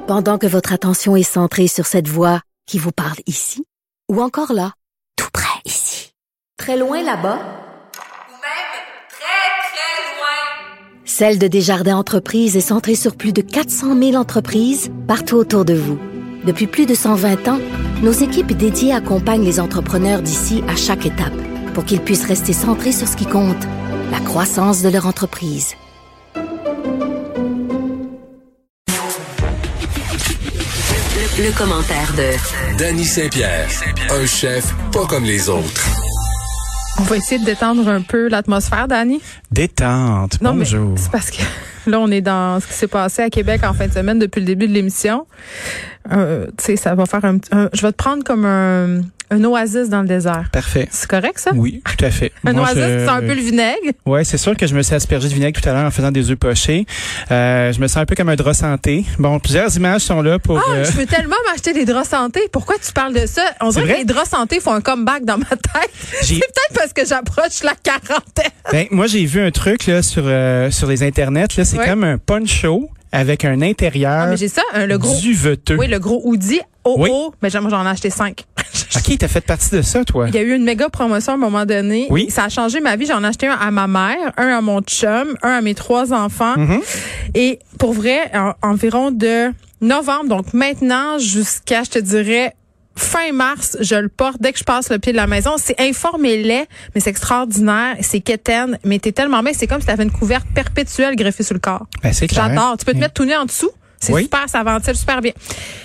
Pendant que votre attention est centrée sur cette voix qui vous parle ici, ou encore là, tout près ici, très loin là-bas, ou même très, très loin. Celle de Desjardins Entreprises est centrée sur plus de 400 000 entreprises partout autour de vous. Depuis plus de 120 ans, nos équipes dédiées accompagnent les entrepreneurs d'ici à chaque étape pour qu'ils puissent rester centrés sur ce qui compte, la croissance de leur entreprise. Le commentaire de Danny Saint-Pierre, un chef pas comme les autres. On va essayer de détendre un peu l'atmosphère, Danny. Détente, Non, bonjour. mais c'est parce que là, on est dans ce qui s'est passé à Québec en fin de semaine depuis le début de l'émission. Tu sais, ça va faire je vais te prendre comme un oasis dans le désert. Parfait. C'est correct, ça? Oui, tout à fait. Un oasis, c'est un peu le vinaigre. Ouais, c'est sûr que je me suis aspergé de vinaigre tout à l'heure en faisant des œufs pochés. Je me sens un peu comme un drap santé. Bon, plusieurs images sont là pour... Je veux tellement m'acheter des draps santé. Pourquoi tu parles de ça? On dirait que les draps santé font un comeback dans ma tête. C'est peut-être parce que j'approche la quarantaine. Ben, moi, j'ai vu un truc là sur les internets. Là, c'est comme un poncho avec un intérieur mais j'ai ça, le gros duveteux. Oui, le gros hoodie. Oui. Mais moi, j'en ai acheté 5. OK, t'as fait partie de ça, toi. Il y a eu une méga promotion à un moment donné. Oui. Ça a changé ma vie. J'en ai acheté un à ma mère, un à mon chum, un à mes 3 enfants. Mm-hmm. Et pour vrai, environ de novembre, donc maintenant jusqu'à, je te dirais, fin mars, je le porte dès que je passe le pied de la maison. C'est informé laid, mais c'est extraordinaire. C'est quétaine, mais t'es tellement bien. C'est comme si t'avais une couverte perpétuelle greffée sur le corps. Ben, c'est clair. J'adore. Tu peux te mettre tout nu en dessous. C'est super, ça ventile super bien.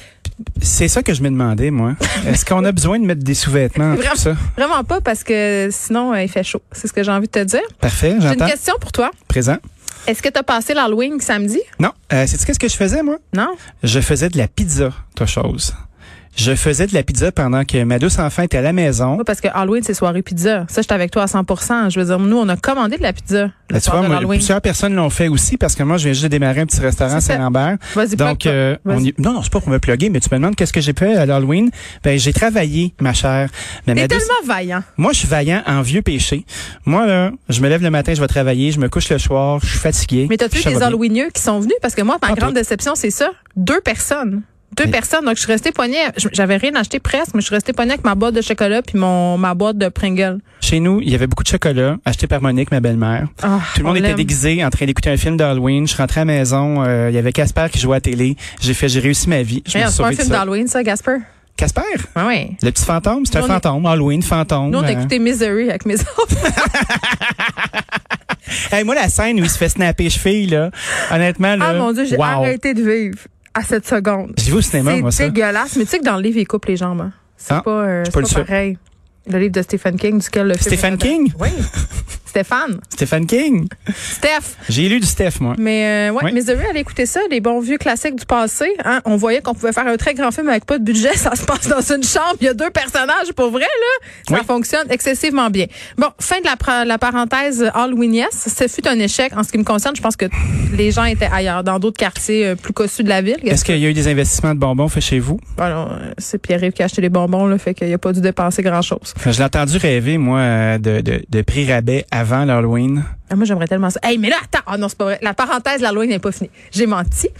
C'est ça que je me demandais, moi. Est-ce qu'on a besoin de mettre des sous-vêtements pour ça? Vraiment pas, parce que sinon, il fait chaud. C'est ce que j'ai envie de te dire. Parfait, j'entends. J'ai une question pour toi. Présent. Est-ce que tu as passé l'Halloween samedi? Non. Sais-tu qu'est-ce que je faisais, moi? Non. Je faisais de la pizza, toi chose. Je faisais de la pizza pendant que ma douce enfant était à la maison. Oui, parce que Halloween, c'est soirée pizza. Ça, j'étais avec toi à 100%. Je veux dire, nous, on a commandé de la pizza. Tu vois, plusieurs personnes l'ont fait aussi parce que moi, je viens juste de démarrer un petit restaurant à Saint-Lambert. Vas-y, donc, vas-y. Non, c'est pas pour me plugger, mais tu me demandes qu'est-ce que j'ai fait à l'Halloween. Ben, j'ai travaillé, ma chère. Mais t'es tellement vaillant. Moi, je suis vaillant en vieux péché. Moi, là, je me lève le matin, je vais travailler, je me couche le soir, je suis fatigué. Mais t'as-tu des Halloweenieux qui sont venus? Parce que moi, ma grande déception, c'est ça. 2 personnes. Deux personnes, donc je suis restée poignée. J'avais rien acheté presque, mais je suis restée poignée avec ma boîte de chocolat puis ma boîte de Pringles. Chez nous, il y avait beaucoup de chocolat acheté par Monique, ma belle-mère. Tout le monde était déguisé en train d'écouter un film d'Halloween. Je suis rentrée à la maison, il y avait Casper qui jouait à la télé. J'ai réussi ma vie. C'est pas un film d'Halloween, ça, Casper? Casper? Oui. Le petit fantôme? C'est un fantôme. Halloween, fantôme. Nous, on a écouté Misery avec mes enfants. Hey, moi, la scène où il se fait snapper les chevilles, là, honnêtement, là. Ah, mon Dieu, j'ai arrêté de vivre à cette seconde. J'ai vu au cinéma, moi, ça. C'est dégueulasse. Mais tu sais que dans le livre, il coupe les jambes. Hein? C'est pas pareil. Le livre de Stephen King, duquel le film. Stephen King? Oui. Stéphane. Stephen King. Steph. J'ai lu du Steph, moi. Mais oui. Misery, allez écouter ça, les bons vieux classiques du passé. Hein? On voyait qu'on pouvait faire un très grand film avec pas de budget. Ça se passe dans une chambre. Il y a 2 personnages. Pour vrai, là, ça fonctionne excessivement bien. Bon, fin de la parenthèse Halloween-yes. Ce fut un échec. En ce qui me concerne, je pense que les gens étaient ailleurs, dans d'autres quartiers plus cossus de la ville. Est-ce qu'il y a eu des investissements de bonbons faits chez vous? Alors, c'est Pierre-Yves qui a acheté les bonbons, là, fait qu'il a pas dû dépenser grand-chose. Je l'ai entendu rêver, moi, de prix rabais avant l'Halloween. Ah, moi, j'aimerais tellement ça. Hey, mais là, attends. Ah non, c'est pas vrai. La parenthèse, l'Halloween n'est pas finie. J'ai menti.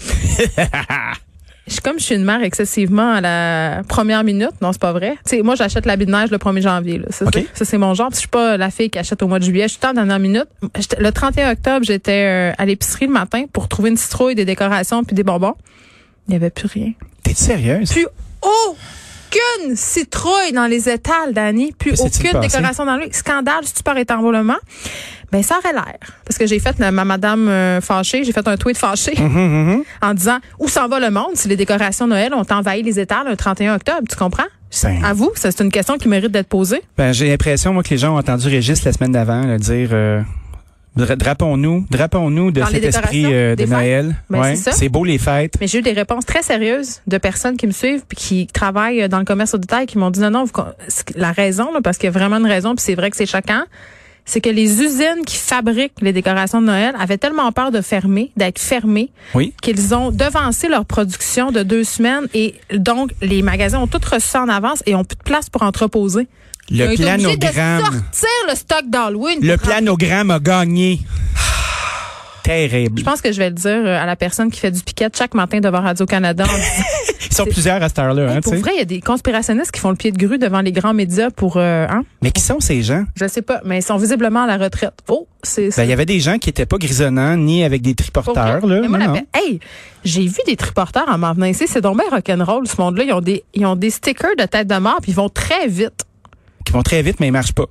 Je suis une mère excessivement à la première minute. Non, c'est pas vrai. Tu sais, moi, j'achète l'habit de neige le 1er janvier. Là. Ça, c'est mon genre. Je suis pas la fille qui achète au mois de juillet. Je suis en dernière minute. Le 31 octobre, j'étais à l'épicerie le matin pour trouver une citrouille, des décorations puis des bonbons. Il n'y avait plus rien. T'es sérieuse? Plus aucune citrouille dans les étals, Dani. Plus aucune décoration dans le scandale, stupeur et enrôlement. Ben, ça aurait l'air. Parce que j'ai fait ma madame fâchée, j'ai fait un tweet fâché en disant où s'en va le monde si les décorations Noël ont envahi les étals le 31 octobre, tu comprends? À vous, c'est une question qui mérite d'être posée. Ben, j'ai l'impression, moi, que les gens ont entendu Régis la semaine d'avant là, dire drapons-nous de cet esprit de Noël. Ben, c'est beau les fêtes. Mais j'ai eu des réponses très sérieuses de personnes qui me suivent puis qui travaillent dans le commerce au détail qui m'ont dit non, la raison, là, parce qu'il y a vraiment une raison, puis c'est vrai que c'est choquant, c'est que les usines qui fabriquent les décorations de Noël avaient tellement peur d'être fermées, qu'ils ont devancé leur production de 2 semaines et donc les magasins ont tout reçu en avance et ont plus de place pour entreposer. Le planogramme. De sortir le stock d'Halloween. Le planogramme a gagné. terrible. Je pense que je vais le dire à la personne qui fait du piquet chaque matin devant Radio-Canada. Ils sont plusieurs à cette heure-là. Hey, pour vrai, il y a des conspirationnistes qui font le pied de grue devant les grands médias pour... Mais qui sont ces gens? Je sais pas, mais ils sont visiblement à la retraite. Il y avait des gens qui étaient pas grisonnants ni avec des triporteurs. Là. Mais moi, hey, j'ai vu des triporteurs en m'en venant ici. C'est donc bien rock'n'roll, ce monde-là. Ils ont des stickers de tête de mort puis ils vont très vite. Qui vont très vite, mais ils marchent pas.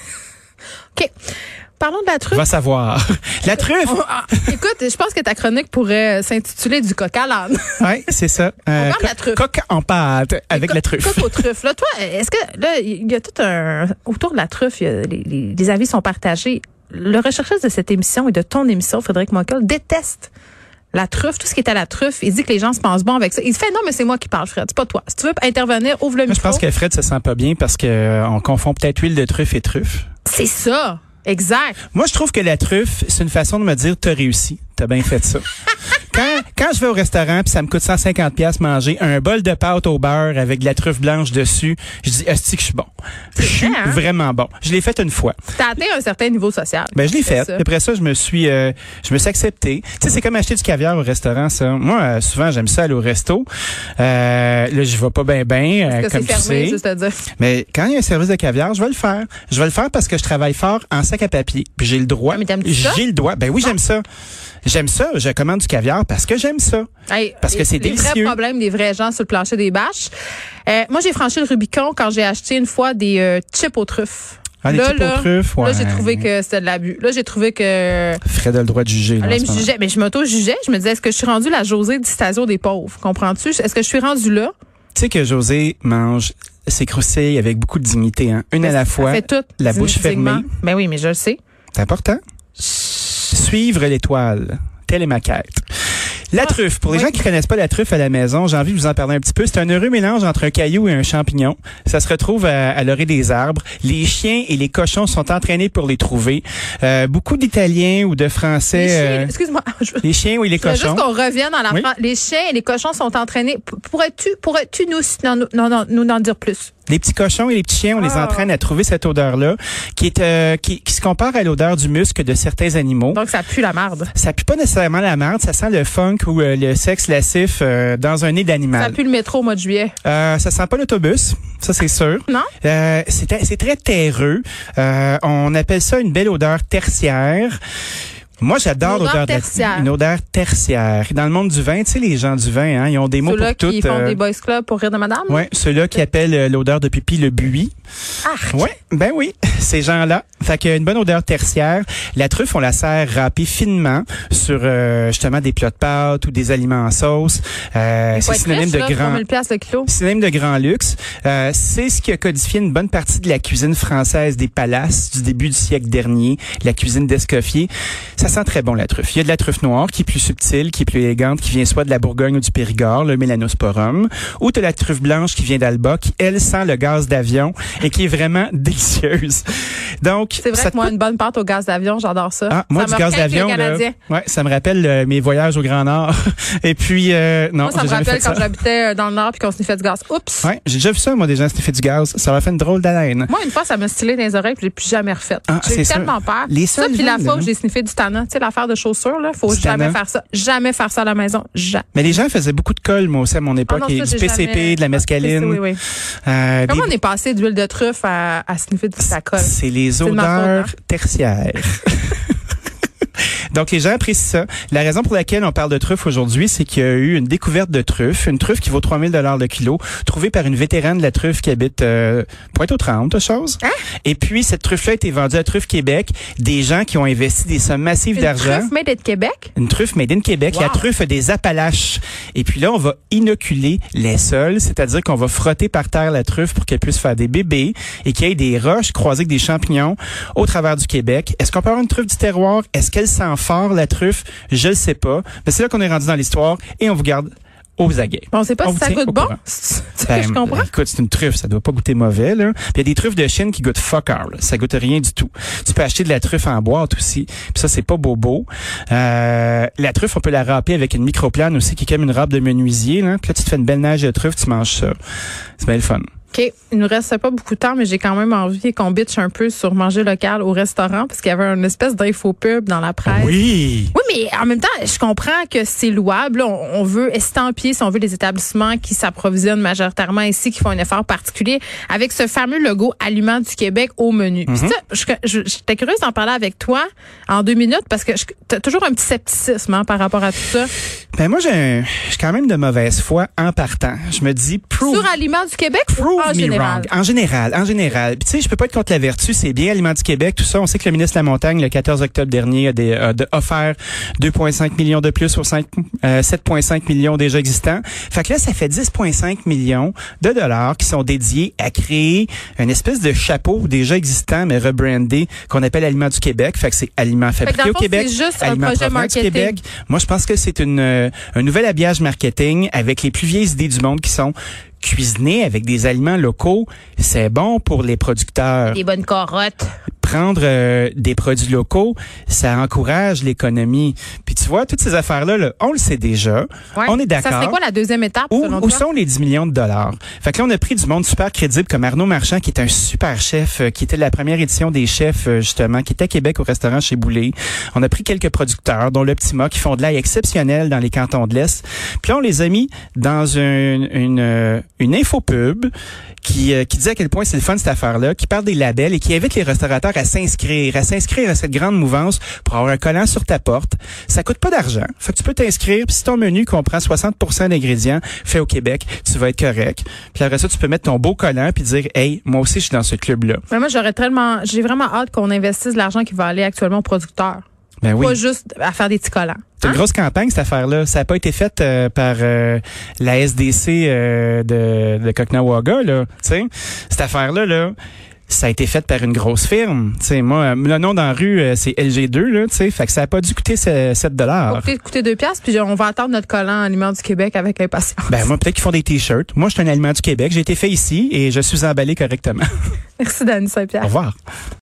OK. Parlons de la truffe. Va savoir. La truffe! Écoute, je pense que ta chronique pourrait s'intituler du coq à l'âne. Oui, c'est ça. On parle de la truffe. Coq en pâte avec la truffe. Coq aux truffes. Là, toi, est-ce que là, il y a tout un... Autour de la truffe, les avis sont partagés. Le recherchiste de cette émission et de ton émission, Frédéric Moncol, déteste la truffe, tout ce qui est à la truffe. Il dit que les gens se pensent bon avec ça. Il fait non, mais c'est moi qui parle, Fred, c'est pas toi. Si tu veux intervenir, ouvre le micro. Je pense que Fred se sent pas bien parce que on confond peut-être huile de truffe et truffe. C'est ça. Exact. Moi, je trouve que la truffe, c'est une façon de me dire t'as réussi. T'as bien fait ça. Quand je vais au restaurant puis ça me coûte 150$ manger un bol de pâte au beurre avec de la truffe blanche dessus, je dis asti que je suis bon. Je suis vraiment bon. Je l'ai fait une fois. T'as atteint un certain niveau social. Ben je l'ai fait. Après ça, je me suis accepté. Tu sais, c'est comme acheter du caviar au restaurant, ça. Moi, souvent j'aime ça aller au resto. Là, je vais pas bien comme tu sais. Juste à dire. Mais quand il y a un service de caviar, je vais le faire. Je vais le faire parce que je travaille fort en sac à papier. Puis j'ai le droit. Mais t'aimes-tu ça? J'ai le droit. Ben oui, j'aime ça. J'aime ça. Je commande du caviar parce que j'aime ça. Hey, parce que c'est délicieux. Les vrais problèmes des vrais gens sur le plancher des bâches. Moi, j'ai franchi le Rubicon quand j'ai acheté une fois des chips aux truffes. Ah, les chips aux truffes, ouais. Là, j'ai trouvé que c'était de l'abus. Là, j'ai trouvé que... Fred a le droit de juger. Là, il me jugeait. Mais je m'auto-jugeais. Je me disais, est-ce que je suis rendue la Josée du Stasio des pauvres? Comprends-tu? Est-ce que je suis rendue là? Tu sais que José mange ses croustilles avec beaucoup de dignité, hein? Une à la fois. Fait tout, la bouche fermée. Ben oui, mais je le sais. C'est important. Suivre l'étoile. Telle est ma quête. La truffe. Pour les gens qui connaissent pas la truffe à la maison, j'ai envie de vous en parler un petit peu. C'est un heureux mélange entre un caillou et un champignon. Ça se retrouve à l'orée des arbres. Les chiens et les cochons sont entraînés pour les trouver. Beaucoup d'Italiens ou de Français... excuse-moi. Les chiens ou les cochons. Juste qu'on revienne dans la phrase. Les chiens et les cochons sont entraînés. Pourrais-tu nous en dire plus? Les petits cochons et les petits chiens, on les entraîne à trouver cette odeur-là, qui se compare à l'odeur du muscle de certains animaux. Donc, ça pue la marde. Ça pue pas nécessairement la marde, ça sent le funk ou le sexe lascif dans un nez d'animal. Ça pue le métro au mois de juillet. Ça sent pas l'autobus, ça c'est sûr. Non? C'est très terreux. On appelle ça une belle odeur tertiaire. Moi, j'adore l'odeur tertiaire. Une odeur tertiaire. Dans le monde du vin, tu sais, les gens du vin, hein, ils ont des mots pour tout. Ceux-là qui font des boys clubs pour rire de madame? Oui, ceux-là qui appellent l'odeur de pipi le buis. Arc! Ouais, ben oui, ces gens-là. Fait qu'une bonne odeur tertiaire. La truffe, on la sert râpée finement sur justement des plats de pâtes ou des aliments en sauce. C'est synonyme de grand. $3,000 le kilo. Synonyme de grand luxe. C'est ce qui a codifié une bonne partie de la cuisine française des palaces du début du siècle dernier, la cuisine d'Escoffier. Ça sent très bon, la truffe. Il y a de la truffe noire qui est plus subtile, qui est plus élégante, qui vient soit de la Bourgogne ou du Périgord, le Mélanosporum, ou de la truffe blanche qui vient d'Alba, qui, elle, sent le gaz d'avion et qui est vraiment délicieuse. Donc, c'est vrai que moi, une bonne pâte au gaz d'avion, j'adore ça. Ah, moi, du gaz d'avion, ouais, ça me rappelle mes voyages au Grand Nord. Et puis, non, moi, ça me rappelle quand j'habitais dans le Nord puis qu'on sniffait du gaz. Oups! Ouais, j'ai déjà vu ça, moi, des gens sniffer du gaz. Ça m'a fait une drôle d'haleine. Moi, une fois, ça m'a stylé dans les oreilles puis je l'ai plus jamais refait. J'ai tellement peur. Ça, puis la fois où j'ai sniffé du Tana, tu sais, l'affaire de chaussures, là, faut jamais faire ça. Jamais faire ça à la maison. Jamais. Mais les gens faisaient beaucoup de colle, moi aussi, à mon époque. Du PCP, de la mescaline. Oui. Comment on est passé d'huile de truffe à sniffer de sa colle? C'est les odeurs tertiaires. Donc, les gens apprécient ça. La raison pour laquelle on parle de truffe aujourd'hui, c'est qu'il y a eu une découverte de truffe, une truffe qui vaut $3,000 le kilo, trouvée par une vétérane de la truffe qui habite Pointe-aux-Trembles, chose. Hein? Et puis, cette truffe-là a été vendue à Truffe Québec, des gens qui ont investi des sommes massives d'argent. Une truffe made in Québec? Une truffe made in Québec, wow. La truffe des Appalaches. Et puis là, on va inoculer les sols, c'est-à-dire qu'on va frotter par terre la truffe pour qu'elle puisse faire des bébés et qu'il y ait des roches croisées avec des champignons au travers du Québec. Est-ce qu'on peut avoir une truffe du terroir? Est-ce qu'elle sent fort, la truffe? Je le sais pas. Mais c'est là qu'on est rendu dans l'histoire et on vous garde aux aguets. On sait pas si ça goûte bon. Je comprends. Écoute, c'est une truffe, ça doit pas goûter mauvais, là. Puis il y a des truffes de Chine qui goûtent fuck all, là. Ça goûte rien du tout. Tu peux acheter de la truffe en boîte aussi. Puis ça, c'est pas bobo. La truffe, on peut la râper avec une microplane aussi, qui est comme une râpe de menuisier, là. Puis là, tu te fais une belle neige de truffe, tu manges ça. C'est bien le fun. OK. Il nous reste pas beaucoup de temps, mais j'ai quand même envie qu'on bitche un peu sur manger local au restaurant parce qu'il y avait une espèce d'infopub dans la presse. Oui. Oui, mais en même temps, je comprends que c'est louable. Là, on veut estampiller, si on veut, les établissements qui s'approvisionnent majoritairement ici, qui font un effort particulier avec ce fameux logo Aliments du Québec au menu. Puis ça, j'étais curieuse d'en parler avec toi en 2 minutes parce que t'as toujours un petit scepticisme par rapport à tout ça. Ben moi, j'ai quand même de mauvaise foi en partant. Je me dis, sur Aliments du Québec ou en général? En général. Puis tu sais, je peux pas être contre la vertu, c'est bien Aliments du Québec, tout ça. On sait que le ministre de la Montagne, le 14 octobre dernier, a offert 2,5 millions de plus aux 7,5 millions déjà existants. Fait que là, ça fait 10,5 millions de dollars qui sont dédiés à créer une espèce de chapeau déjà existant, mais rebrandé, qu'on appelle Aliments du Québec. Fait que c'est Aliments fabriqués au Québec, c'est juste Aliments un projet provenant du marketing. Québec. Moi, je pense que c'est un nouvel habillage marketing avec les plus vieilles idées du monde qui sont cuisiner avec des aliments locaux, c'est bon pour les producteurs. Des bonnes carottes. Prendre des produits locaux, ça encourage l'économie. Puis tu vois, toutes ces affaires-là, là, on le sait déjà. Ouais. On est d'accord. Ça serait quoi la deuxième étape, selon Où toi? sont les 10 millions de dollars? Fait que là, on a pris du monde super crédible comme Arnaud Marchand, qui est un super chef, qui était de la première édition des chefs, justement, qui était à Québec au restaurant chez Boulay. On a pris quelques producteurs, dont le Petit Mât, qui font de l'ail exceptionnel dans les cantons de l'Est. Puis là, on les a mis dans une infopub qui dit à quel point c'est le fun cette affaire-là, qui parle des labels et qui invite les restaurateurs à s'inscrire à cette grande mouvance pour avoir un collant sur ta porte. Ça coûte pas d'argent. Fait que tu peux t'inscrire, puis si ton menu comprend 60% d'ingrédients faits au Québec, tu vas être correct. Puis après ça, tu peux mettre ton beau collant puis dire, hey, moi aussi je suis dans ce club-là. Mais moi, j'ai vraiment hâte qu'on investisse l'argent qui va aller actuellement aux producteurs. Ben oui. Pas juste à faire des petits collants. C'est une grosse campagne, cette affaire-là. Ça n'a pas été fait par la SDC de Cocknawaga, là. Tu sais, cette affaire-là, là, ça a été fait par une grosse firme. Tu sais, moi, le nom dans la rue, c'est LG2, là, tu sais. Fait que ça n'a pas dû coûter 7 $. Ça va peut-être coûter 2$, puis on va attendre notre collant Aliments du Québec avec impatience. Ben, moi, peut-être qu'ils font des t-shirts. Moi, je suis un Aliment du Québec. J'ai été fait ici et je suis emballé correctement. Merci, Dany Saint-Pierre. Au revoir.